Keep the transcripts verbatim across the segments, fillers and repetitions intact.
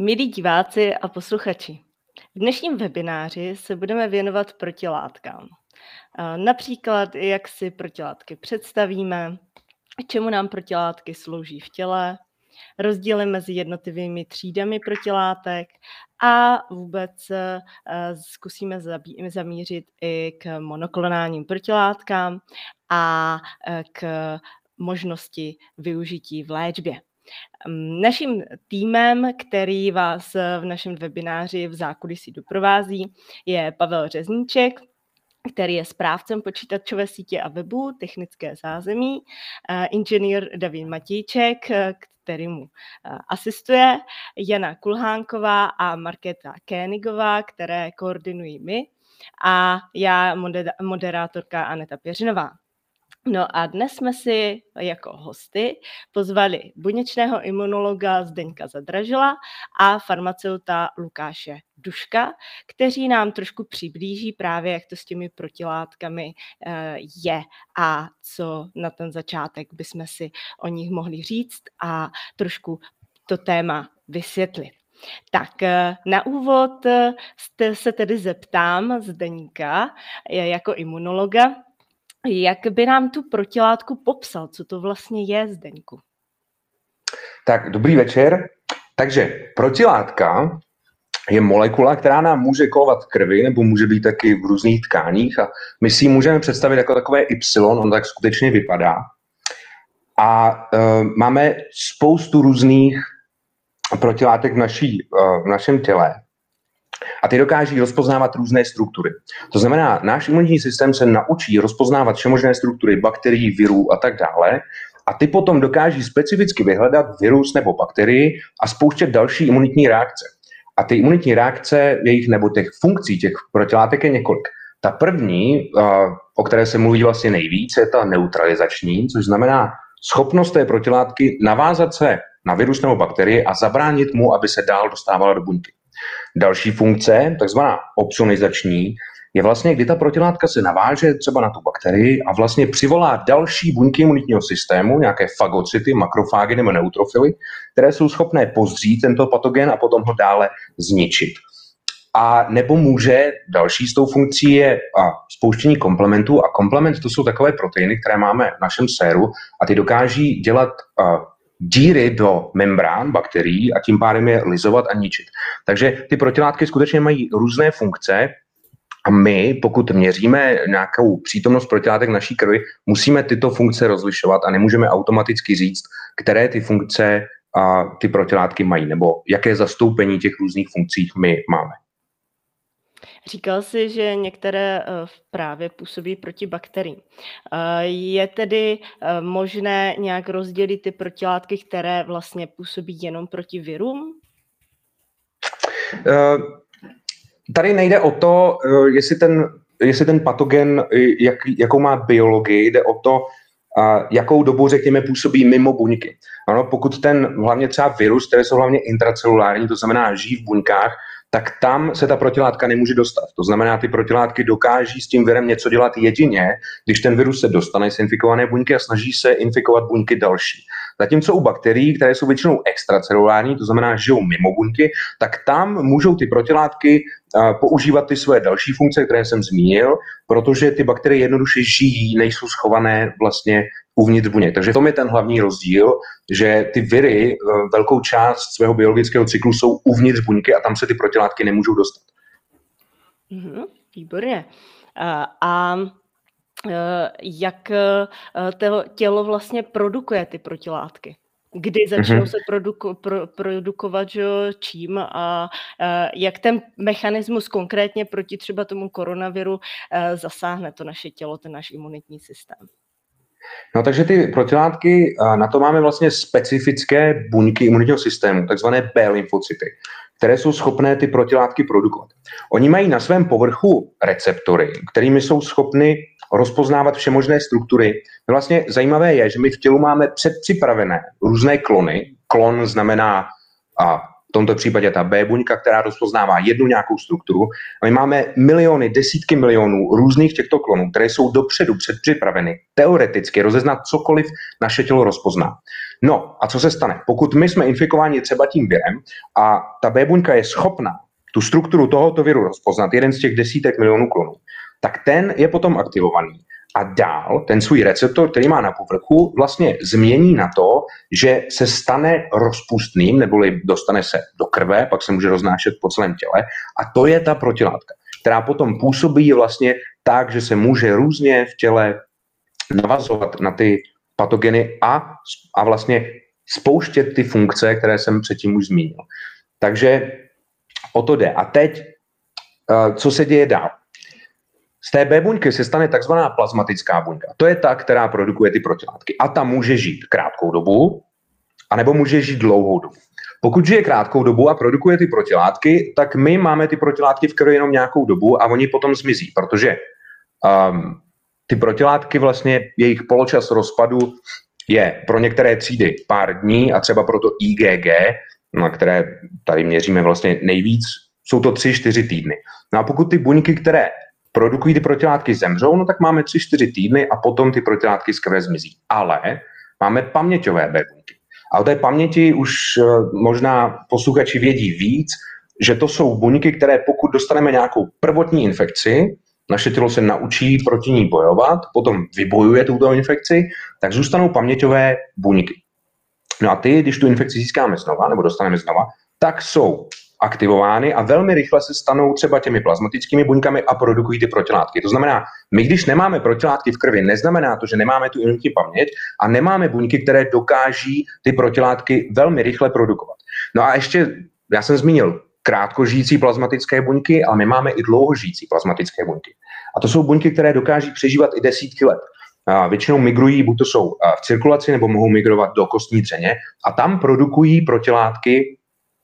Milí diváci a posluchači, v dnešním webináři se budeme věnovat protilátkám. Například, jak si protilátky představíme, čemu nám protilátky slouží v těle, rozdíly mezi jednotlivými třídami protilátek a vůbec zkusíme zamířit i k monoklonálním protilátkám a k možnosti využití v léčbě. Naším týmem, který vás v našem webináři v zákulisí doprovází, je Pavel Řezníček, který je správcem počítačové sítě a webu, technické zázemí, inženýr David Matíček, který mu asistuje, Jana Kulhánková a Markéta Kénigová, které koordinují my, a já, moderátorka Aneta Pěřinová. No a dnes jsme si jako hosty pozvali buněčného imunologa Zdeňka Zadražila a farmaceuta Lukáše Duška, kteří nám trošku přiblíží právě, jak to s těmi protilátkami je a co na ten začátek bychom si o nich mohli říct a trošku to téma vysvětlit. Tak na úvod se tedy zeptám Zdeňka jako imunologa, jak by nám tu protilátku popsal? Co to vlastně je, Zdeňku? Tak, dobrý večer. Takže protilátka je molekula, která nám může kolovat v krvi, nebo může být taky v různých tkáních a my si ji můžeme představit jako takové Y, on tak skutečně vypadá. A e, máme spoustu různých protilátek v, naší, e, v našem těle. A ty dokáží rozpoznávat různé struktury. To znamená, náš imunitní systém se naučí rozpoznávat všemožné struktury bakterií, virů a tak dále. A ty potom dokáží specificky vyhledat virus nebo bakterii a spouštět další imunitní reakce. A ty imunitní reakce, jejich nebo těch funkcí těch protilátek je několik. Ta první, o které se mluví vlastně nejvíc, je ta neutralizační, což znamená schopnost té protilátky navázat se na virus nebo bakterii a zabránit mu, aby se dál dostávala do buňky. Další funkce, takzvaná opsonizační, je vlastně, kdy ta protilátka se naváže třeba na tu bakterii a vlastně přivolá další buňky imunitního systému, nějaké fagocyty, makrofágy nebo neutrofily, které jsou schopné pozřít tento patogen a potom ho dále zničit. A nebo může, další s tou funkcí je a spouštění komplementů, a komplement to jsou takové proteiny, které máme v našem séru a ty dokáží dělat a, díry do membrán bakterií a tím pádem je lizovat a ničit. Takže ty protilátky skutečně mají různé funkce a my, pokud měříme nějakou přítomnost protilátek v naší krvi, musíme tyto funkce rozlišovat a nemůžeme automaticky říct, které ty funkce a ty protilátky mají, nebo jaké zastoupení těch různých funkcí my máme. Říkal jsi, že některé právě působí proti bakteriím. Je tedy možné nějak rozdělit ty protilátky, které vlastně působí jenom proti virům? Tady nejde o to, jestli ten, jestli ten patogen, jak, jakou má biologii, jde o to, jakou dobu, řekněme, působí mimo buňky. Ano, pokud ten hlavně třeba virus, které jsou hlavně intracelulární, to znamená žijí v buňkách, tak tam se ta protilátka nemůže dostat. To znamená, ty protilátky dokáží s tím virem něco dělat jedině, když ten virus se dostane z infikované buňky a snaží se infikovat buňky další. Zatímco u bakterií, které jsou většinou extracelulární, to znamená, že žijou mimo buňky, tak tam můžou ty protilátky uh, používat ty své další funkce, které jsem zmínil, protože ty bakterie jednoduše žijí, nejsou schované vlastně uvnitř buněk. Takže to je ten hlavní rozdíl, že ty viry velkou část svého biologického cyklu jsou uvnitř buňky a tam se ty protilátky nemůžou dostat. Mm-hmm, výborně. A, a jak to tělo vlastně produkuje ty protilátky? Kdy začnou mm-hmm. se produku, pro, produkovat, že, čím a, a jak ten mechanismus konkrétně proti třeba tomu koronaviru zasáhne to naše tělo, ten náš imunitní systém? No takže ty protilátky, na to máme vlastně specifické buňky imunitního systému, takzvané B lymfocyty, které jsou schopné ty protilátky produkovat. Oni mají na svém povrchu receptory, kterými jsou schopny rozpoznávat všemožné struktury. Vlastně zajímavé je, že my v tělu máme předpřipravené různé klony. Klon znamená a, v tomto případě ta B buňka, která rozpoznává jednu nějakou strukturu. A my máme miliony, desítky milionů různých těchto klonů, které jsou dopředu předpřipraveny teoreticky rozeznat cokoliv naše tělo rozpozná. No a co se stane? Pokud my jsme infikováni třeba tím virem a ta B buňka je schopna tu strukturu tohoto viru rozpoznat, jeden z těch desítek milionů klonů, tak ten je potom aktivovaný. A dál ten svůj receptor, který má na povrchu, vlastně změní na to, že se stane rozpustným, neboli dostane se do krve, pak se může roznášet po celém těle. A to je ta protilátka, která potom působí vlastně tak, že se může různě v těle navazovat na ty patogeny a, a vlastně spouštět ty funkce, které jsem předtím už zmínil. Takže o to jde. A teď, co se děje dál? Z té B buňky se stane takzvaná plazmatická buňka. To je ta, která produkuje ty protilátky. A ta může žít krátkou dobu, anebo může žít dlouhou dobu. Pokud žije krátkou dobu a produkuje ty protilátky, tak my máme ty protilátky v krvi jenom nějakou dobu a oni potom zmizí, protože um, ty protilátky vlastně, jejich poločas rozpadu je pro některé třídy pár dní a třeba pro to I G G, na které tady měříme vlastně nejvíc, jsou to tři čtyři týdny. No a pokud ty buňky, které produkují ty protilátky, zemřou, no tak máme tři čtyři týdny a potom ty protilátky z krve zmizí. Ale máme paměťové B buňky. A o té paměti už možná posluchači vědí víc, že to jsou buňky, které pokud dostaneme nějakou prvotní infekci, naše tělo se naučí proti ní bojovat, potom vybojuje tuto infekci, tak zůstanou paměťové buňky. No a ty, když tu infekci získáme znova, nebo dostaneme znova, tak jsou aktivovány a velmi rychle se stanou třeba těmi plazmatickými buňkami a produkují ty protilátky. To znamená, my když nemáme protilátky v krvi, neznamená to, že nemáme tu imunitní paměť a nemáme buňky, které dokáží ty protilátky velmi rychle produkovat. No a ještě, já jsem zmínil krátkožijící plazmatické buňky, ale my máme i dlouhožijící plazmatické buňky. A to jsou buňky, které dokáží přežívat i desítky let. A většinou migrují, buď to jsou v cirkulaci, nebo mohou migrovat do kostní dřeně a tam produkují protilátky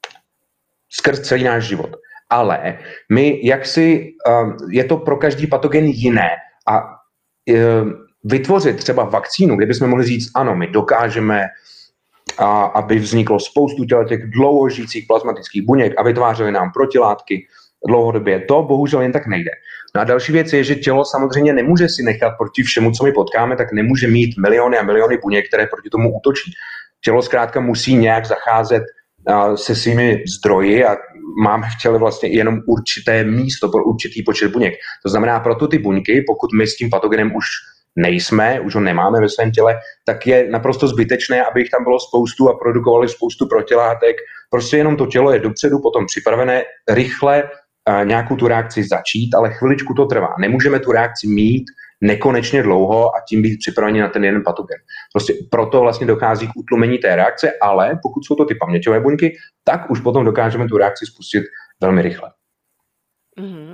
skrz celý náš život. Ale my, jak si, je to pro každý patogen jiné a vytvořit třeba vakcínu, kde bychom mohli říct, ano, my dokážeme, a aby vzniklo spoustu těch dlouhožijících plazmatických buněk a vytvářely nám protilátky dlouhodobě, to bohužel jen tak nejde. No a další věc je, že tělo samozřejmě nemůže si nechat proti všemu, co my potkáme, tak nemůže mít miliony a miliony buněk, které proti tomu útočí. Tělo zkrátka musí nějak zacházet se svými zdroji a máme v těle vlastně jenom určité místo pro určitý počet buněk. To znamená, proto ty buňky, pokud my s tím patogenem už nejsme, už ho nemáme ve svém těle, tak je naprosto zbytečné, aby jich tam bylo spoustu a produkovali spoustu protilátek. Prostě jenom to tělo je dopředu potom připravené rychle nějakou tu reakci začít, ale chviličku to trvá. Nemůžeme tu reakci mít nekonečně dlouho a tím být připraveni na ten jeden patogen. Prostě proto vlastně dochází k utlumení té reakce, ale pokud jsou to ty paměťové buňky, tak už potom dokážeme tu reakci spustit velmi rychle. Mm-hmm.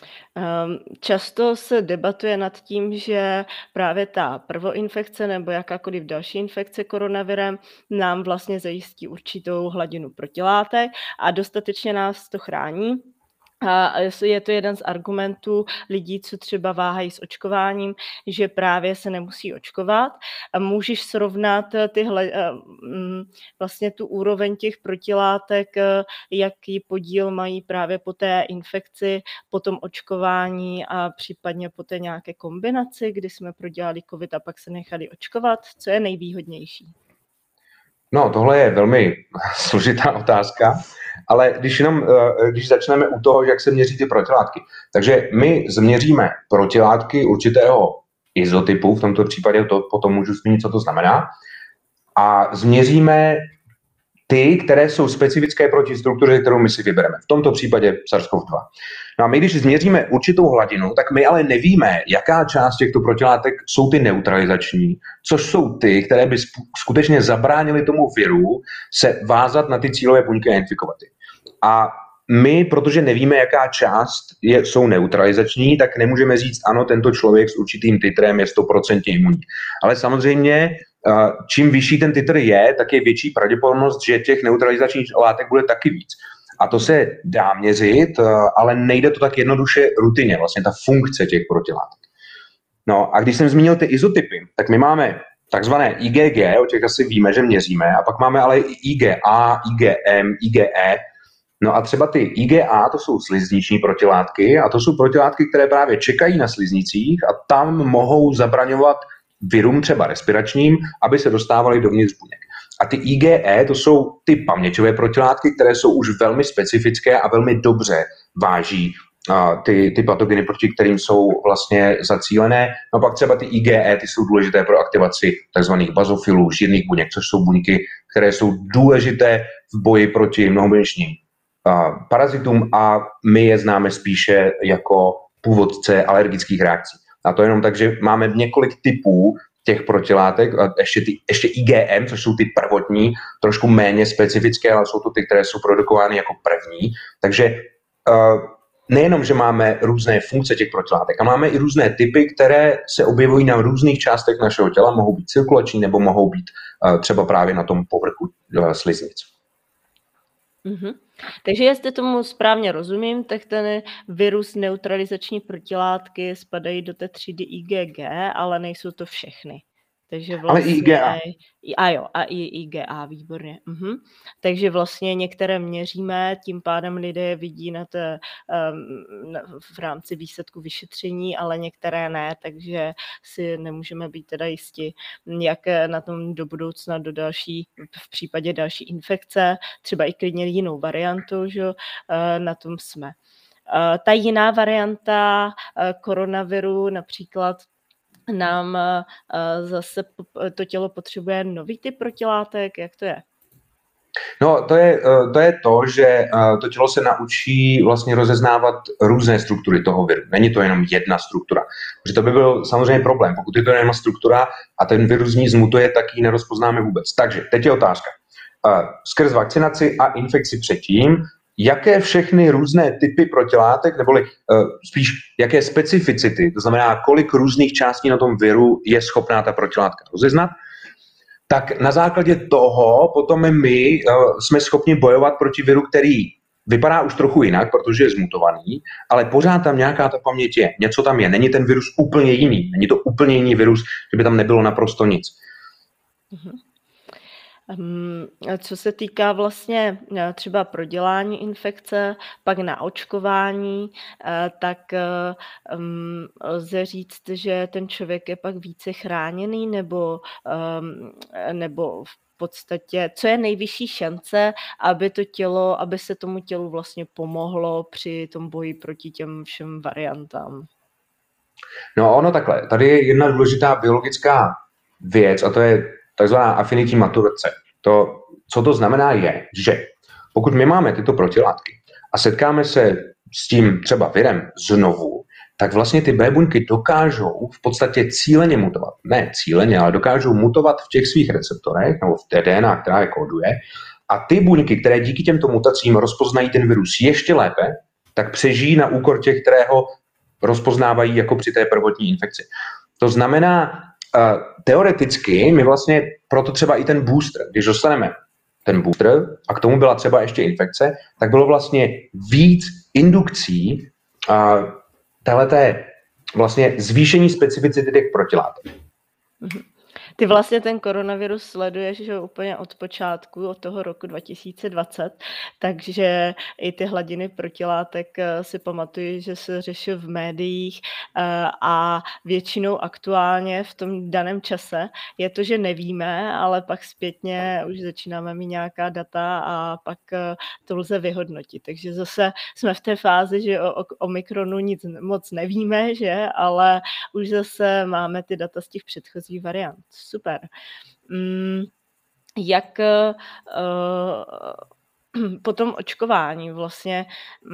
Často se debatuje nad tím, že právě ta prvoinfekce nebo jakákoliv další infekce koronavirem nám vlastně zajistí určitou hladinu protilátek a dostatečně nás to chrání. A je to jeden z argumentů lidí, co třeba váhají s očkováním, že právě se nemusí očkovat. A můžeš srovnat tyhle, vlastně tu úroveň těch protilátek, jaký podíl mají právě po té infekci, po tom očkování a případně po té nějaké kombinaci, kdy jsme prodělali covid a pak se nechali očkovat. Co je nejvýhodnější? No, tohle je velmi složitá otázka, ale když, jenom, když začneme u toho, jak se měří ty protilátky. Takže my změříme protilátky určitého izotypu, v tomto případě to potom můžu zmínit, co to znamená, a změříme ty, které jsou specifické proti struktuře, kterou my si vybereme. V tomto případě SARS-C o V dva. No a my, když změříme určitou hladinu, tak my ale nevíme, jaká část těchto protilátek jsou ty neutralizační, což jsou ty, které by skutečně zabránily tomu viru se vázat na ty cílové buňky a infikovat je. A my, protože nevíme, jaká část je, jsou neutralizační, tak nemůžeme říct, ano, tento člověk s určitým titrem je sto procent imunní. Ale samozřejmě, čím vyšší ten titr je, tak je větší pravděpodobnost, že těch neutralizačních látek bude taky víc. A to se dá měřit, ale nejde to tak jednoduše rutině, vlastně ta funkce těch protilátek. No a když jsem zmínil ty izotypy, tak my máme takzvané I G G, o těch asi víme, že měříme, a pak máme ale i I G A, I G M, I G E. No a třeba ty I G A, to jsou slizniční protilátky a to jsou protilátky, které právě čekají na sliznicích a tam mohou zabraňovat virům třeba respiračním, aby se dostávaly dovnitř buněk. A ty I G E, to jsou ty paměťové protilátky, které jsou už velmi specifické a velmi dobře váží a ty, ty patogeny, proti kterým jsou vlastně zacílené. No pak třeba ty I G E, ty jsou důležité pro aktivaci tzv. Bazofilů, žírných buněk, což jsou buňky, které jsou důležité v boji proti mnohobuněčným parazitům a my je známe spíše jako původce alergických reakcí. A to jenom tak, že máme několik typů těch protilátek, a ještě, ty, ještě I G M, což jsou ty prvotní, trošku méně specifické, ale jsou to ty, které jsou produkovány jako první. Takže uh, nejenom, že máme různé funkce těch protilátek, ale máme i různé typy, které se objevují na různých částech našeho těla, mohou být cirkulační nebo mohou být uh, třeba právě na tom povrchu uh, sliznic. Mm-hmm. Takže jestli tomu správně rozumím, tak ten virus neutralizační protilátky spadají do té třídy I G G, ale nejsou to všechny. Takže vlastně, ale I G A. A jo, a i I G A, výborně. Mhm. Takže vlastně některé měříme, tím pádem lidé je vidí na té, um, v rámci výsledku vyšetření, ale některé ne, takže si nemůžeme být teda jisti, jak na tom do budoucna, do další, v případě další infekce, třeba i klidně jinou variantu, že na tom jsme. Ta jiná varianta koronaviru, například nám zase to tělo potřebuje nový typ protilátek, jak to je? No, to je, to je to, že to tělo se naučí vlastně rozeznávat různé struktury toho viru. Není to jenom jedna struktura. Protože to by byl samozřejmě problém. Pokud je to jedna struktura a ten virus z ní zmutuje, tak ji nerozpoznáme vůbec. Takže teď je otázka. Skrz vakcinaci a infekci předtím, jaké všechny různé typy protilátek, neboli uh, spíš jaké specificity, to znamená, kolik různých částí na tom viru je schopná ta protilátka rozeznat, tak na základě toho potom my uh, jsme schopni bojovat proti viru, který vypadá už trochu jinak, protože je zmutovaný, ale pořád tam nějaká ta paměť je. Něco tam je. Není ten virus úplně jiný. Není to úplně jiný virus, že by tam nebylo naprosto nic. Mm-hmm. Co se týká vlastně třeba prodělání infekce, pak na očkování, tak lze říct, že ten člověk je pak více chráněný, nebo, nebo v podstatě, co je nejvyšší šance, aby to tělo, aby se tomu tělu vlastně pomohlo při tom boji proti těm všem variantám? No ono takhle, tady je jedna důležitá biologická věc a to je takzvaná affinity maturace. To, co to znamená, je, že pokud my máme tyto protilátky a setkáme se s tím třeba virem znovu, tak vlastně ty B buňky dokážou v podstatě cíleně mutovat. Ne cíleně, ale dokážou mutovat v těch svých receptorech nebo v té D N A, která je kóduje. A ty buňky, které díky těmto mutacím rozpoznají ten virus ještě lépe, tak přežijí na úkor těch, které ho rozpoznávají jako při té prvotní infekci. To znamená, Uh, teoreticky my vlastně proto třeba i ten booster, když dostaneme ten booster a k tomu byla třeba ještě infekce, tak bylo vlastně víc indukcí uh, téhleté vlastně zvýšení specificity těch protilátek. Mm-hmm. Ty vlastně ten koronavirus sleduješ že úplně od počátku, od toho roku dva tisíce dvacet, takže i ty hladiny protilátek si pamatuju, že se řešil v médiích a většinou aktuálně v tom daném čase je to, že nevíme, ale pak zpětně už začínáme mít nějaká data a pak to lze vyhodnotit. Takže zase jsme v té fázi, že o Omikronu nic moc nevíme, že, ale už zase máme ty data z těch předchozích variant. Super. Jak po tom očkování vlastně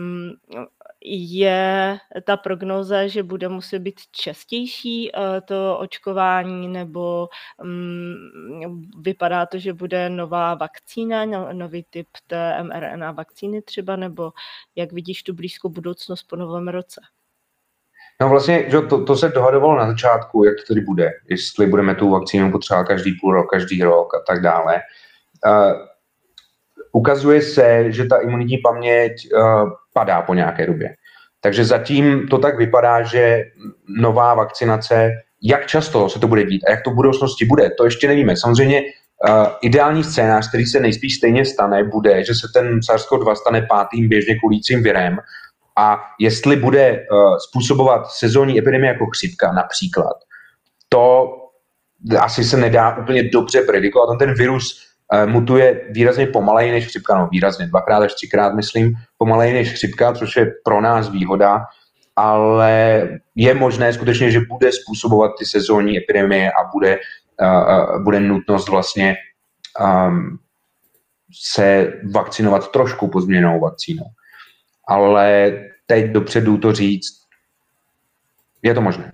je ta prognóza, že bude muset být častější to očkování, nebo vypadá to, že bude nová vakcína, nový typ té em er en á vakcíny třeba, nebo jak vidíš tu blízkou budoucnost po novém roce? No vlastně, že to, to se dohadovalo na začátku, jak to tady bude, jestli budeme tu vakcínu potřebovat každý půl rok, každý rok a tak dále. Uh, ukazuje se, že ta imunitní paměť uh, padá po nějaké době. Takže zatím to tak vypadá, že nová vakcinace jak často se to bude dít a jak to v budoucnosti bude, to ještě nevíme. Samozřejmě uh, ideální scénář, který se nejspíš stejně stane, bude, že se ten SARS-CoV dva stane pátým běžně kulícím virem a jestli bude uh, způsobovat sezónní epidemie jako chřipka například, to asi se nedá úplně dobře predikovat. On ten virus uh, mutuje výrazně pomaleji než chřipka, no výrazně, dvakrát až třikrát, myslím, pomaleji než chřipka, což je pro nás výhoda, ale je možné skutečně, že bude způsobovat ty sezónní epidemie a bude, uh, bude nutnost vlastně um, se vakcinovat trošku pozměněnou vakcínou. Ale teď dopředu to říct, je to možné.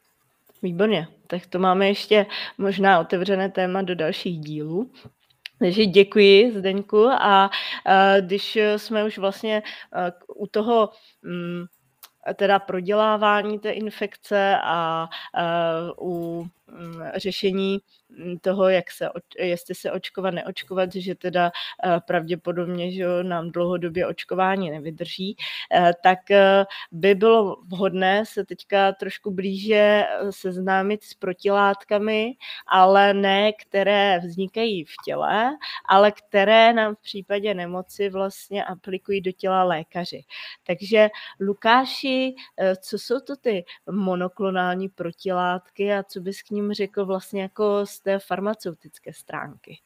Výborně, tak to máme ještě možná otevřené téma do dalších dílů. Takže děkuji, Zdeňku, a uh, když jsme už vlastně uh, u toho um, teda prodělávání té infekce a uh, u um, řešení toho, jak se, jestli se očkovat, neočkovat, že teda uh, pravděpodobně, že nám dlouhodobě očkování nevydrží, uh, tak uh, by bylo vhodné se teďka trošku blíže seznámit s protilátkami, ale ne, které vznikají v těle, ale které nám v případě nemoci vlastně aplikují do těla lékaři. Takže Lukáši, co jsou to ty monoklonální protilátky a co bys k ním řekl vlastně jako z té farmaceutické stránky?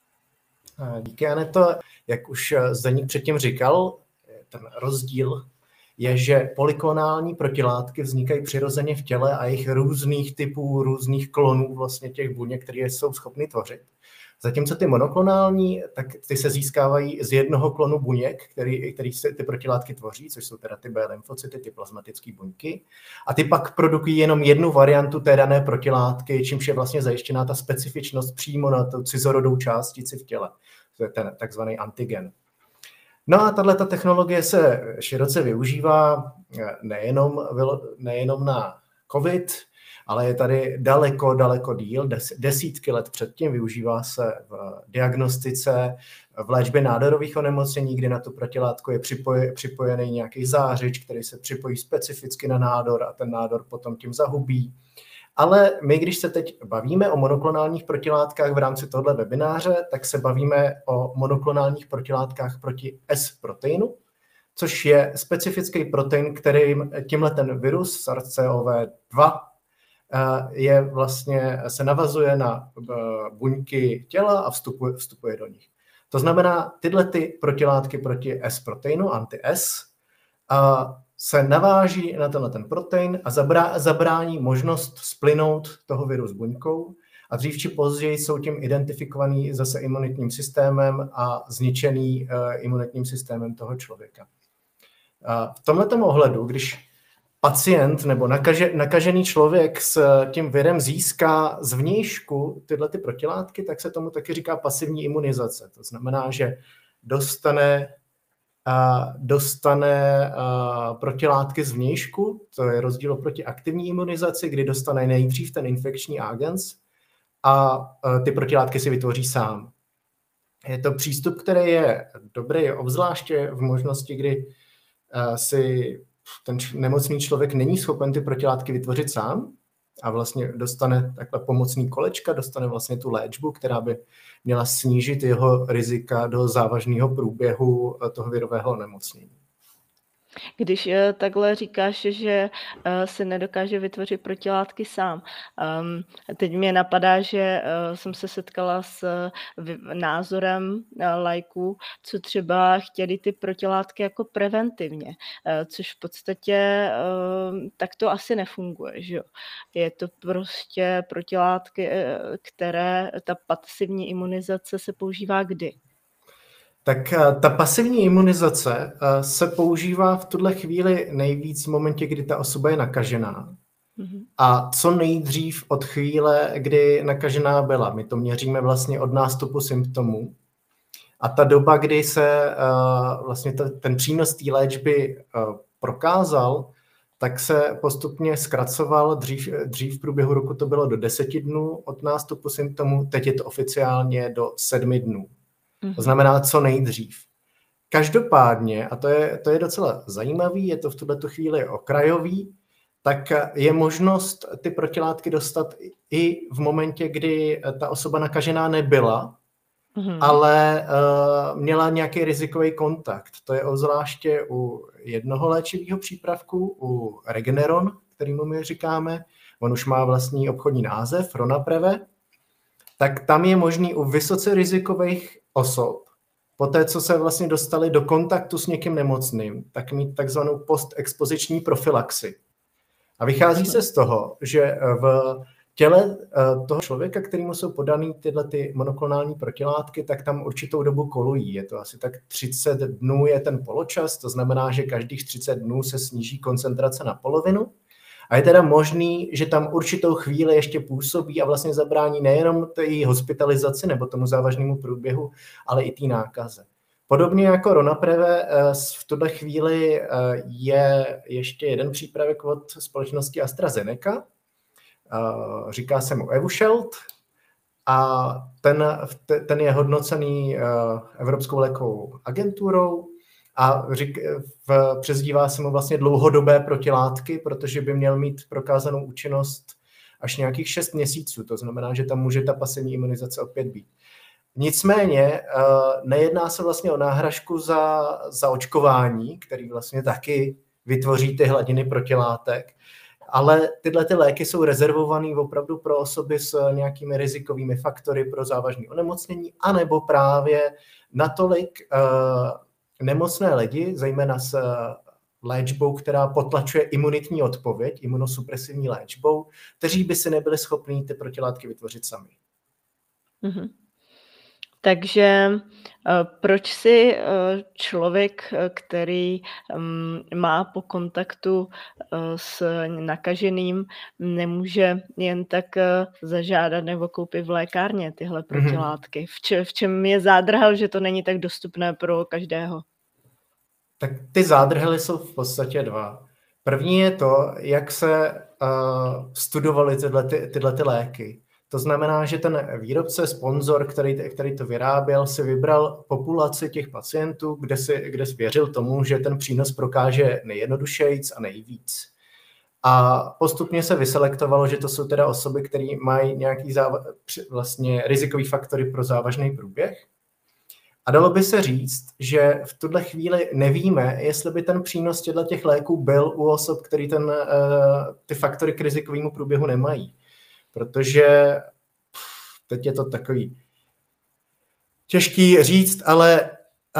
Díky, Aneto. Jak už Zdeník předtím říkal, ten rozdíl je, že polyklonální protilátky vznikají přirozeně v těle a jejich různých typů, různých klonů vlastně těch buněk, které jsou schopny tvořit. Zatímco ty monoklonální, tak ty se získávají z jednoho klonu buněk, který, který se ty protilátky tvoří, což jsou teda ty B lymfocyty, ty plazmatické buňky. A ty pak produkují jenom jednu variantu té dané protilátky, čímž je vlastně zajištěná ta specifičnost přímo na tu cizorodou částici v těle. To je ten takzvaný antigen. No a tato technologie se široce využívá nejenom, nejenom na COVID, ale je tady daleko, daleko díl, desítky let předtím, využívá se v diagnostice, v léčbě nádorových onemocnění, kdy na tu protilátku je připoj, připojený nějaký zářič, který se připojí specificky na nádor a ten nádor potom tím zahubí. Ale my, když se teď bavíme o monoklonálních protilátkách v rámci tohoto webináře, tak se bavíme o monoklonálních protilátkách proti S-proteinu, což je specifický protein, kterým tímhle ten virus SARS-C o V dva je vlastně, se navazuje na buňky těla a vstupuje, vstupuje do nich. To znamená, tyhle ty protilátky proti S-proteinu, anti-S, se naváží na tenhle ten protein a zabrá, zabrání možnost splynout toho viru s buňkou a dřív či později jsou tím identifikovaný zase imunitním systémem a zničený uh, imunitním systémem toho člověka. Uh, v tomhletom ohledu, když pacient nebo nakaže, nakažený člověk s tím virem získá zvnějšku tyhle ty protilátky, tak se tomu taky říká pasivní imunizace. To znamená, že dostane Uh, dostane uh, protilátky zvnějšku, to je rozdíl oproti aktivní imunizaci, kdy dostane nejdřív ten infekční agens a uh, ty protilátky si vytvoří sám. Je to přístup, který je dobrý, obzvláště v možnosti, kdy uh, si ten nemocný člověk není schopen ty protilátky vytvořit sám a vlastně dostane takhle pomocný kolečka, dostane vlastně tu léčbu, která by měla snížit jeho rizika do závažného průběhu toho virového onemocnění. Když takhle říkáš, že si nedokáže vytvořit protilátky sám, teď mě napadá, že jsem se setkala s názorem laiků, co třeba chtěli ty protilátky jako preventivně, což v podstatě tak to asi nefunguje, že jo. Je to prostě protilátky, které ta pasivní imunizace se používá kdy? Tak ta pasivní imunizace se používá v tuhle chvíli nejvíc v momentě, kdy ta osoba je nakažená. Mm-hmm. A co nejdřív od chvíle, kdy nakažená byla. My to měříme vlastně od nástupu symptomů. A ta doba, kdy se vlastně ten přínos té léčby prokázal, tak se postupně zkracoval. Dřív, dřív v průběhu roku to bylo do deseti dnů od nástupu symptomů, teď je to oficiálně do sedmi dnů. To znamená co nejdřív. Každopádně, a to je, to je docela zajímavý, je to v tuto chvíli okrajový, tak je možnost ty protilátky dostat i v momentě, kdy ta osoba nakažená nebyla, mm-hmm. ale uh, měla nějaký rizikový kontakt. To je obzvláště u jednoho léčivého přípravku, u Regeneron, kterýmu my říkáme, on už má vlastní obchodní název, Ronapreve, tak tam je možný u vysoce rizikových osob, poté co se vlastně dostali do kontaktu s někým nemocným, tak mít takzvanou postexpoziční profilaxi. A vychází se z toho, že v těle toho člověka, kterému jsou podaný tyhle ty monoklonální protilátky, tak tam určitou dobu kolují. Je to asi tak třicet dnů je ten poločas, to znamená, že každých třicet dnů se sníží koncentrace na polovinu. A je teda možný, že tam určitou chvíli ještě působí a vlastně zabrání nejenom té hospitalizaci nebo tomu závažnému průběhu, ale i té nákaze. Podobně jako Ronapreve v tuhle chvíli je ještě jeden přípravek od společnosti AstraZeneca, říká se mu Evusheld a ten, ten je hodnocený Evropskou lékovou agenturou a řík, v, přezdívá se mu vlastně dlouhodobé protilátky, protože by měl mít prokázanou účinnost až nějakých šest měsíců, to znamená, že tam může ta pasivní imunizace opět být. Nicméně nejedná se vlastně o náhražku za, za očkování, který vlastně taky vytvoří ty hladiny protilátek, ale tyhle ty léky jsou rezervované opravdu pro osoby s nějakými rizikovými faktory pro závažné onemocnění, anebo právě natolik uh, nemocné lidi, zejména s léčbou, která potlačuje imunitní odpověď, imunosupresivní léčbou, kteří by si nebyli schopní ty protilátky vytvořit sami. Mm-hmm. Takže proč si člověk, který má po kontaktu s nakaženým, nemůže jen tak zažádat nebo koupit v lékárně tyhle protilátky? V, če, v čem je zádrhel, že to není tak dostupné pro každého? Tak ty zádrhely jsou v podstatě dva. První je to, jak se uh, studovaly tyhle, ty, tyhle ty léky. To znamená, že ten výrobce, sponzor, který, který to vyráběl, si vybral populaci těch pacientů, kde si, kde si věřil tomu, že ten přínos prokáže nejjednodušejc a nejvíc. A postupně se vyselektovalo, že to jsou teda osoby, které mají nějaký záva- vlastně rizikový faktory pro závažný průběh. A dalo by se říct, že v tuhle chvíli nevíme, jestli by ten přínos těch léků byl u osob, který ten, ty faktory k rizikovému průběhu nemají. Protože teď je to takový těžký říct, ale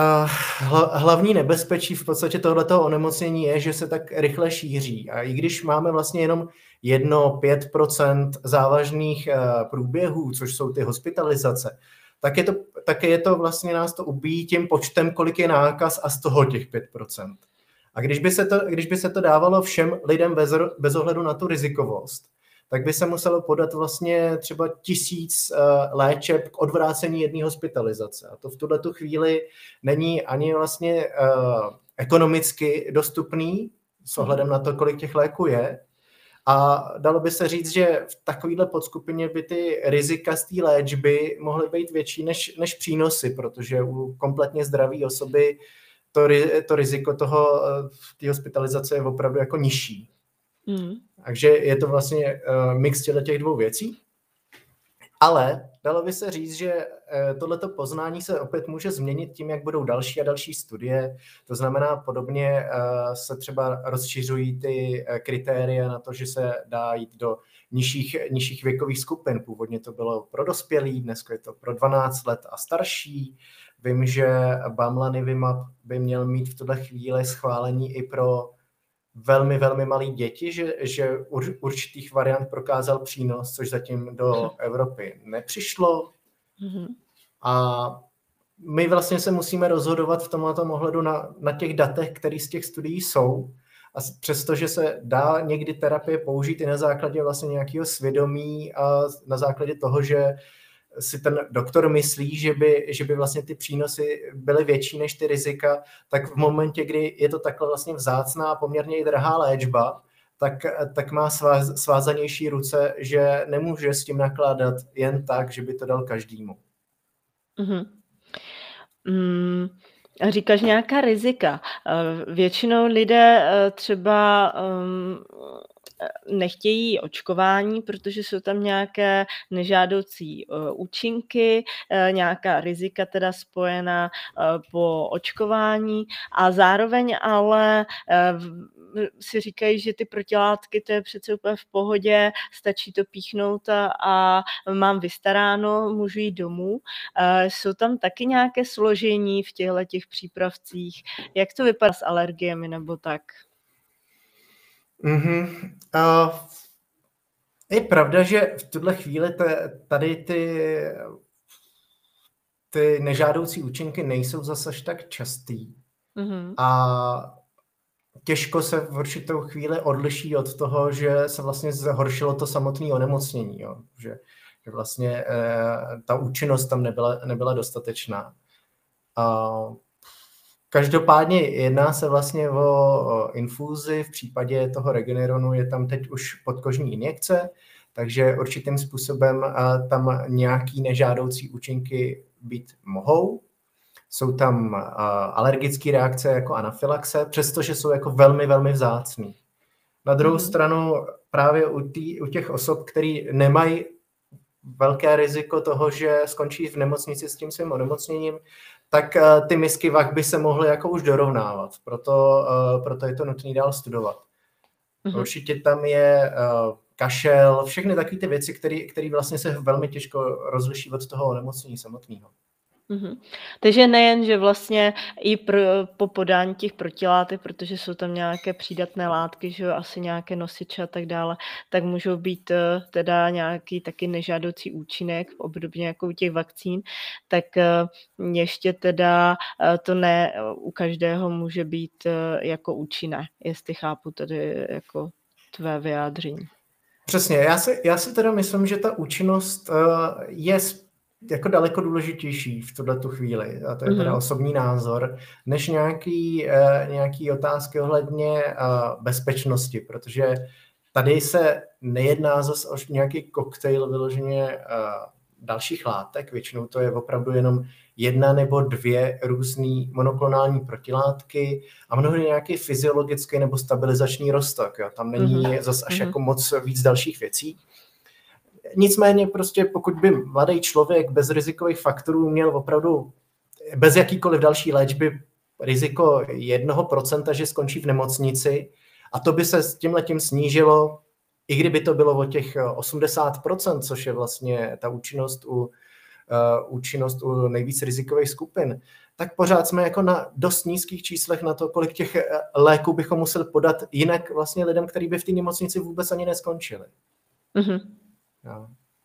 hlavní nebezpečí v podstatě tohletoho onemocnění je, že se tak rychle šíří. A i když máme vlastně jenom jedno pět procent závažných průběhů, což jsou ty hospitalizace, tak je to, také je to vlastně nás to ubíjí tím počtem, kolik je nákaz a z toho těch pět procent. A když by se to, když by se to dávalo všem lidem bez, bez ohledu na tu rizikovost, tak by se muselo podat vlastně třeba tisíc uh, léčeb k odvrácení jedné hospitalizace. A to v tuhletu chvíli není ani vlastně uh, ekonomicky dostupný s ohledem na to, kolik těch léků je. A dalo by se říct, že v takovéhle podskupině by ty rizika z té léčby mohly být větší než, než přínosy, protože u kompletně zdravé osoby to, to riziko toho, té hospitalizace je opravdu jako nižší. Mm. Takže je to vlastně uh, mix těch dvou věcí. Ale dalo by se říct, že uh, tohleto poznání se opět může změnit tím, jak budou další a další studie. To znamená, podobně uh, se třeba rozšiřují ty uh, kritéria na to, že se dá jít do nižších, nižších věkových skupin. Původně to bylo pro dospělí, dnes je to pro dvanáct let a starší. Vím, že Bamlanivimab by měl mít v tuhle chvíli schválení i pro velmi, velmi malý děti, že, že určitých variant prokázal přínos, což zatím do Evropy nepřišlo. Mm-hmm. A my vlastně se musíme rozhodovat v tomto ohledu na, na těch datech, které z těch studií jsou. A přestože se dá někdy terapie použít i na základě vlastně nějakého svědomí a na základě toho, že si ten doktor myslí, že by, že by vlastně ty přínosy byly větší než ty rizika, tak v momentě, kdy je to takhle vlastně vzácná a poměrně i drahá léčba, tak, tak má sváz, svázanější ruce, že nemůže s tím nakládat jen tak, že by to dal každému. Mm-hmm. Mm. Říkáš nějaká rizika. Většinou lidé třeba um, nechtějí očkování, protože jsou tam nějaké nežádoucí účinky, nějaká rizika teda spojená po očkování a zároveň ale si říkají, že ty protilátky, to je přece úplně v pohodě, stačí to píchnout a, a mám vystaráno, můžu jít domů. Jsou tam taky nějaké složení v těchto těch přípravcích? Jak to vypadá s alergiemi nebo tak? Mm-hmm. Uh, je pravda, že v tuhle chvíli t- tady ty, ty nežádoucí účinky nejsou zase až tak častý. Mm-hmm. A těžko se v určitou chvíli odliší od toho, že se vlastně zhoršilo to samotné onemocnění. Jo? Že, že vlastně eh, ta účinnost tam nebyla, nebyla dostatečná. A každopádně jedná se vlastně o, o infúzi, v případě toho Regeneronu je tam teď už podkožní injekce, takže určitým způsobem a, tam nějaký nežádoucí účinky být mohou. Jsou tam a, alergické reakce jako anafylaxe, přestože jsou jako velmi, velmi vzácný. Na druhou mm. stranu právě u, tý, u těch osob, který nemají velké riziko toho, že skončí v nemocnici s tím svým onemocněním, tak uh, ty misky vah by se mohly jako už dorovnávat. Proto, uh, proto je to nutné dál studovat. Mm-hmm. Určitě tam je uh, kašel, všechny takové ty věci, které vlastně se velmi těžko rozliší od toho onemocnění samotného. Mm-hmm. Takže nejen, že vlastně i pro, po podání těch protilátek, protože jsou tam nějaké přídatné látky, že jo, asi nějaké nosiče a tak dále, tak můžou být uh, teda nějaký taky nežádoucí účinek, obdobně jako u těch vakcín, tak uh, ještě teda uh, to ne u každého může být uh, jako účinné, jestli chápu tedy jako tvé vyjádření. Přesně, já si, já si teda myslím, že ta účinnost uh, je jako daleko důležitější v tuto chvíli, a to je teda mm-hmm. osobní názor, než nějaký, uh, nějaký otázky ohledně uh, bezpečnosti, protože tady se nejedná zase o nějaký koktejl vyloženě uh, dalších látek, většinou to je opravdu jenom jedna nebo dvě různé monoklonální protilátky a mnohdy nějaký fyziologický nebo stabilizační roztok. Jo. Tam není mm-hmm. zase až mm-hmm. jako moc víc dalších věcí. Nicméně prostě pokud by mladý člověk bez rizikových faktorů měl opravdu bez jakýkoliv další léčby riziko jednoho procenta, že skončí v nemocnici a to by se s tímhletím snížilo, i kdyby to bylo o těch osmdesát procent, což je vlastně ta účinnost u, uh, účinnost u nejvíc rizikových skupin, tak pořád jsme jako na dost nízkých číslech na to, kolik těch léků bychom museli podat jinak vlastně lidem, kteří by v té nemocnici vůbec ani neskončili. Mm-hmm. No.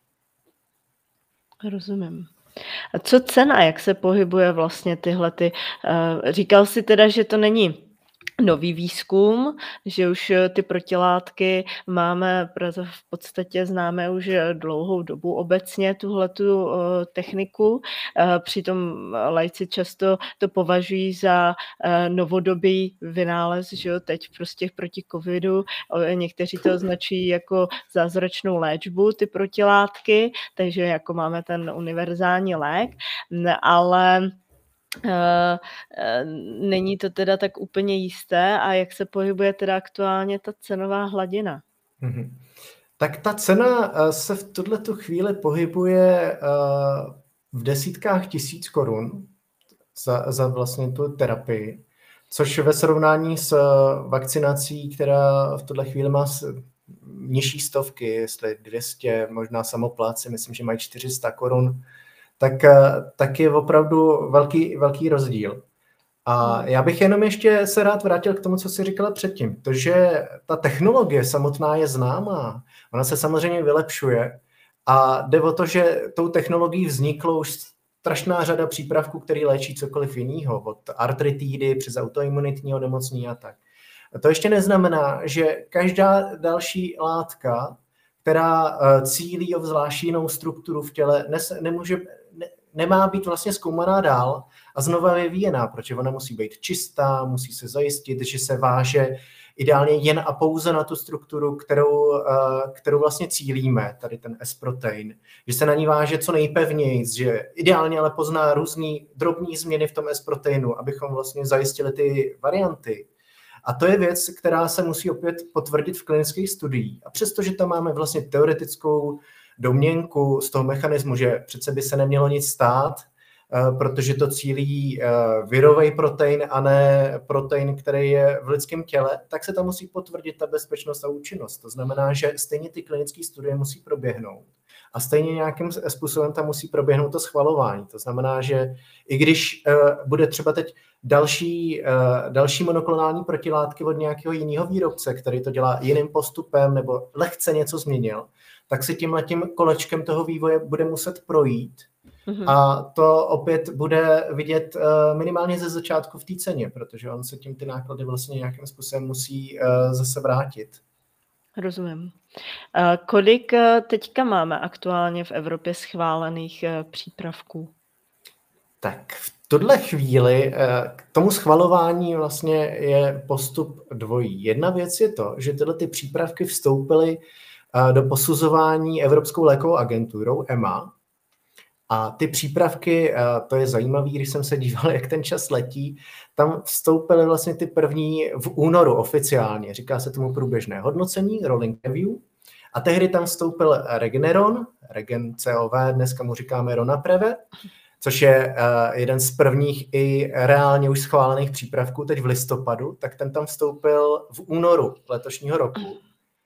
Rozumím. A co cena, jak se pohybuje vlastně tyhle ty, uh, říkal jsi teda, že to není nový výzkum, že už ty protilátky máme, v podstatě známe už dlouhou dobu obecně tuhletu uh, techniku, uh, přitom laici často to považují za uh, novodobý vynález, že jo, teď prostě proti covidu, uh, někteří to označují jako zázračnou léčbu, ty protilátky, takže jako máme ten univerzální lék, ale Uh, uh, není to teda tak úplně jisté a jak se pohybuje teda aktuálně ta cenová hladina? Mm-hmm. Tak ta cena uh, se v tuto chvíli pohybuje uh, v desítkách tisíc korun za, za vlastně tu terapii, což ve srovnání s uh, vakcinací, která v tuto chvíli má s, nižší stovky, jestli dvě stě, možná samopláci, myslím, že mají čtyři sta korun, tak, tak je opravdu velký, velký rozdíl. A já bych jenom ještě se rád vrátil k tomu, co jsi říkala předtím. To, že ta technologie samotná je známá, ona se samozřejmě vylepšuje a jde o to, že tou technologií vzniklo už strašná řada přípravků, který léčí cokoliv jiného, od artritidy přes autoimunitní onemocnění a tak. A to ještě neznamená, že každá další látka, která cílí o zvlášť jinou strukturu v těle, nemůže, ne, nemá být vlastně zkoumaná dál a znova vyvíjená, protože ona musí být čistá, musí se zajistit, že se váže ideálně jen a pouze na tu strukturu, kterou, kterou vlastně cílíme, tady ten S-protein, že se na ní váže co nejpevněji, že ideálně ale pozná různý drobný změny v tom S-proteinu, abychom vlastně zajistili ty varianty. A to je věc, která se musí opět potvrdit v klinických studiích. A přestože tam máme vlastně teoretickou domněnku z toho mechanismu, že přece by se nemělo nic stát, protože to cílí virový protein a ne protein, který je v lidském těle, tak se tam musí potvrdit ta bezpečnost a účinnost. To znamená, že stejně ty klinické studie musí proběhnout. A stejně nějakým způsobem tam musí proběhnout to schvalování. To znamená, že i když bude třeba teď další, další monoklonální protilátky od nějakého jiného výrobce, který to dělá jiným postupem nebo lehce něco změnil, tak si tímhletím kolečkem toho vývoje bude muset projít. Mm-hmm. A to opět bude vidět uh, minimálně ze začátku v té ceně, protože on se tím ty náklady vlastně nějakým způsobem musí uh, zase vrátit. Rozumím. Uh, kolik uh, teďka máme aktuálně v Evropě schválených uh, přípravků? Tak v tuhle chvíli uh, k tomu schvalování vlastně je postup dvojí. Jedna věc je to, že tyhle ty přípravky vstoupily uh, do posuzování Evropskou lékovou agenturou E M A. A ty přípravky, to je zajímavé, když jsem se díval, jak ten čas letí, tam vstoupily vlastně ty první v únoru oficiálně, říká se tomu průběžné hodnocení, rolling review, a tehdy tam vstoupil Regeneron, Regen C O V, dneska mu říkáme Ronapreve, což je jeden z prvních i reálně už schválených přípravků teď v listopadu, tak ten tam vstoupil v únoru letošního roku.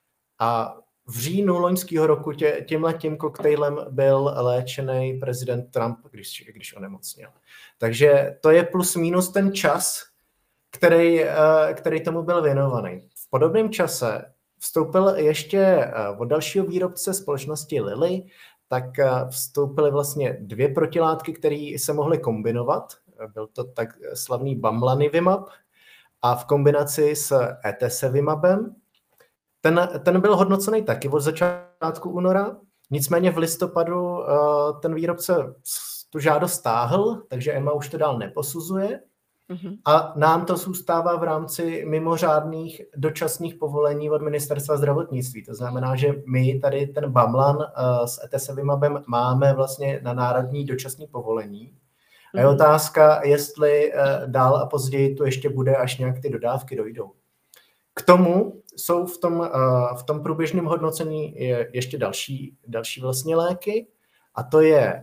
A v říjnu loňského roku tě, tímhletím koktejlem byl léčený prezident Trump, když, když onemocněl. Takže to je plus minus ten čas, který, který tomu byl věnovaný. V podobném čase vstoupil ještě od dalšího výrobce společnosti Lilly, tak vstoupily vlastně dvě protilátky, které se mohly kombinovat. Byl to tak slavný Bamlanivimab a v kombinaci s Etesevimabem. Ten, ten byl hodnocený taky od začátku února, nicméně v listopadu uh, ten výrobce tu žádost stáhl, takže E M A už to dál neposuzuje mm-hmm. a nám to zůstává v rámci mimořádných dočasných povolení od ministerstva zdravotnictví. To znamená, že my tady ten Bamlan uh, s Etesevimabem máme vlastně na národní dočasné povolení. Mm-hmm. A je otázka, jestli uh, dál a později to ještě bude, až nějak ty dodávky dojdou. K tomu jsou v tom, uh, v tom průběžném hodnocení je ještě další, další vlastně léky a to je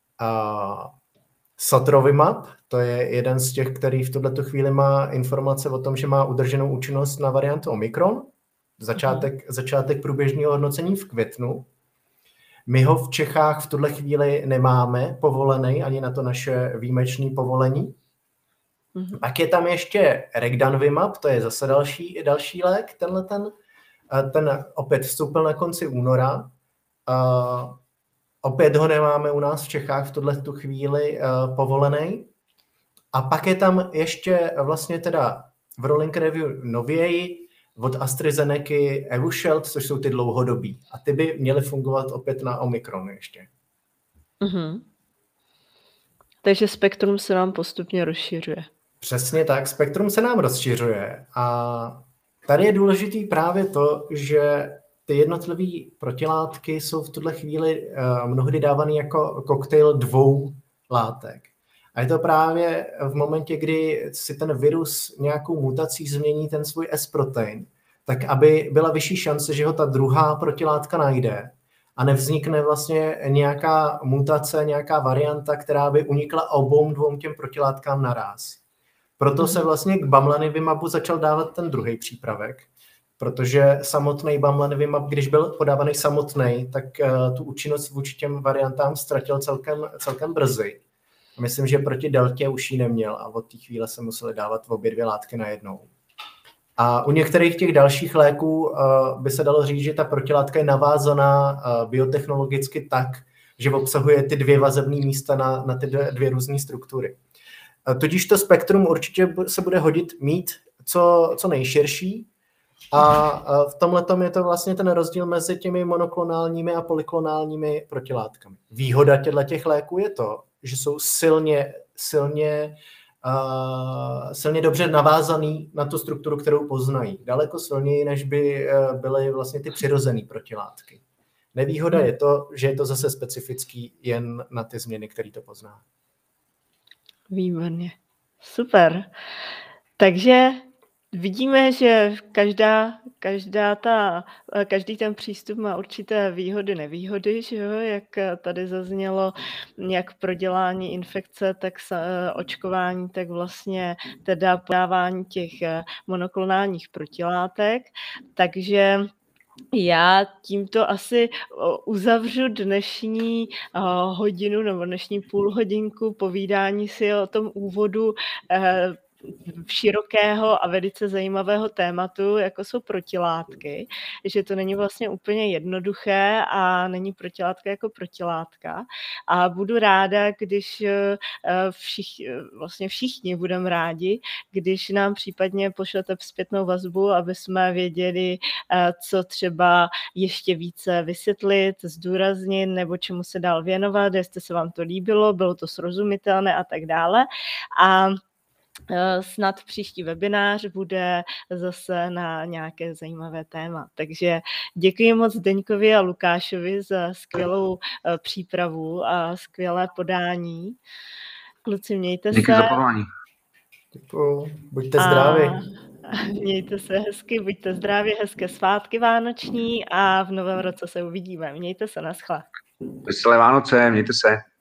uh, Sotrovimab, to je jeden z těch, který v tuto chvíli má informace o tom, že má udrženou účinnost na variantu Omikron. Začátek, mm. začátek průběžného hodnocení v květnu. My ho v Čechách v tuto chvíli nemáme povolený, ani na to naše výjimečné povolení. Mm-hmm. Pak je tam ještě Regdanvimab, to je zase další, další lék, tenhle ten, ten opět vstoupil na konci února. Uh, opět ho nemáme u nás v Čechách v tuhle tu chvíli uh, povolený. A pak je tam ještě vlastně teda v rolling review nověji od AstraZeneca Evusheld, což jsou ty dlouhodobí. A ty by měly fungovat opět na Omikron ještě. Mm-hmm. Takže spektrum se nám postupně rozšiřuje. Přesně tak, spektrum se nám rozšiřuje a tady je důležitý právě to, že ty jednotlivé protilátky jsou v tuhle chvíli uh, mnohdy dávaný jako koktejl dvou látek. A je to právě v momentě, kdy si ten virus nějakou mutací změní ten svůj S-protein, tak aby byla vyšší šance, že ho ta druhá protilátka najde a nevznikne vlastně nějaká mutace, nějaká varianta, která by unikla obou dvou těm protilátkám naráz. Proto se vlastně k Bamlanivimabu začal dávat ten druhý přípravek, protože samotný Bamlanivimab, když byl podávaný samotný, tak uh, tu účinnost vůči těm variantám ztratil celkem, celkem brzy. Myslím, že proti deltě už ji neměl a od té chvíle se museli dávat obě dvě látky najednou. A u některých těch dalších léků uh, by se dalo říct, že ta protilátka je navázaná uh, biotechnologicky tak, že obsahuje ty dvě vazebné místa na, na ty dvě, dvě různé struktury. Tudíž to spektrum určitě se bude hodit mít co, co nejširší a v tomhletom je to vlastně ten rozdíl mezi těmi monoklonálními a polyklonálními protilátkami. Výhoda těchto léků je to, že jsou silně, silně, uh, silně dobře navázaný na tu strukturu, kterou poznají. Daleko silněji, než by byly vlastně ty přirozené protilátky. Nevýhoda je to, že je to zase specifický jen na ty změny, které to pozná. Výborně. Super. Takže vidíme, že každá, každá ta, každý ten přístup má určité výhody, nevýhody, že jo? Jak tady zaznělo, jak prodělání infekce, tak s, očkování, tak vlastně teda podávání těch monoklonálních protilátek. Takže já tímto asi uzavřu dnešní hodinu nebo dnešní půlhodinku povídání si o tom úvodu širokého a velice zajímavého tématu, jako jsou protilátky, že to není vlastně úplně jednoduché a není protilátka jako protilátka. A budu ráda, když všich, vlastně všichni budeme rádi, když nám případně pošlete zpětnou vazbu, aby jsme věděli, co třeba ještě více vysvětlit, zdůraznit, nebo čemu se dál věnovat, jestli se vám to líbilo, bylo to srozumitelné a tak dále. A snad příští webinář bude zase na nějaké zajímavé téma. Takže děkuji moc Zdeňkovi a Lukášovi za skvělou přípravu a skvělé podání. Kluci, mějte Díky se. za pozvání. Děkuju. Buďte zdraví. Mějte se hezky, buďte zdraví, hezké svátky vánoční a v novém roce se uvidíme. Mějte se, naschle. Veselé Vánoce, mějte se.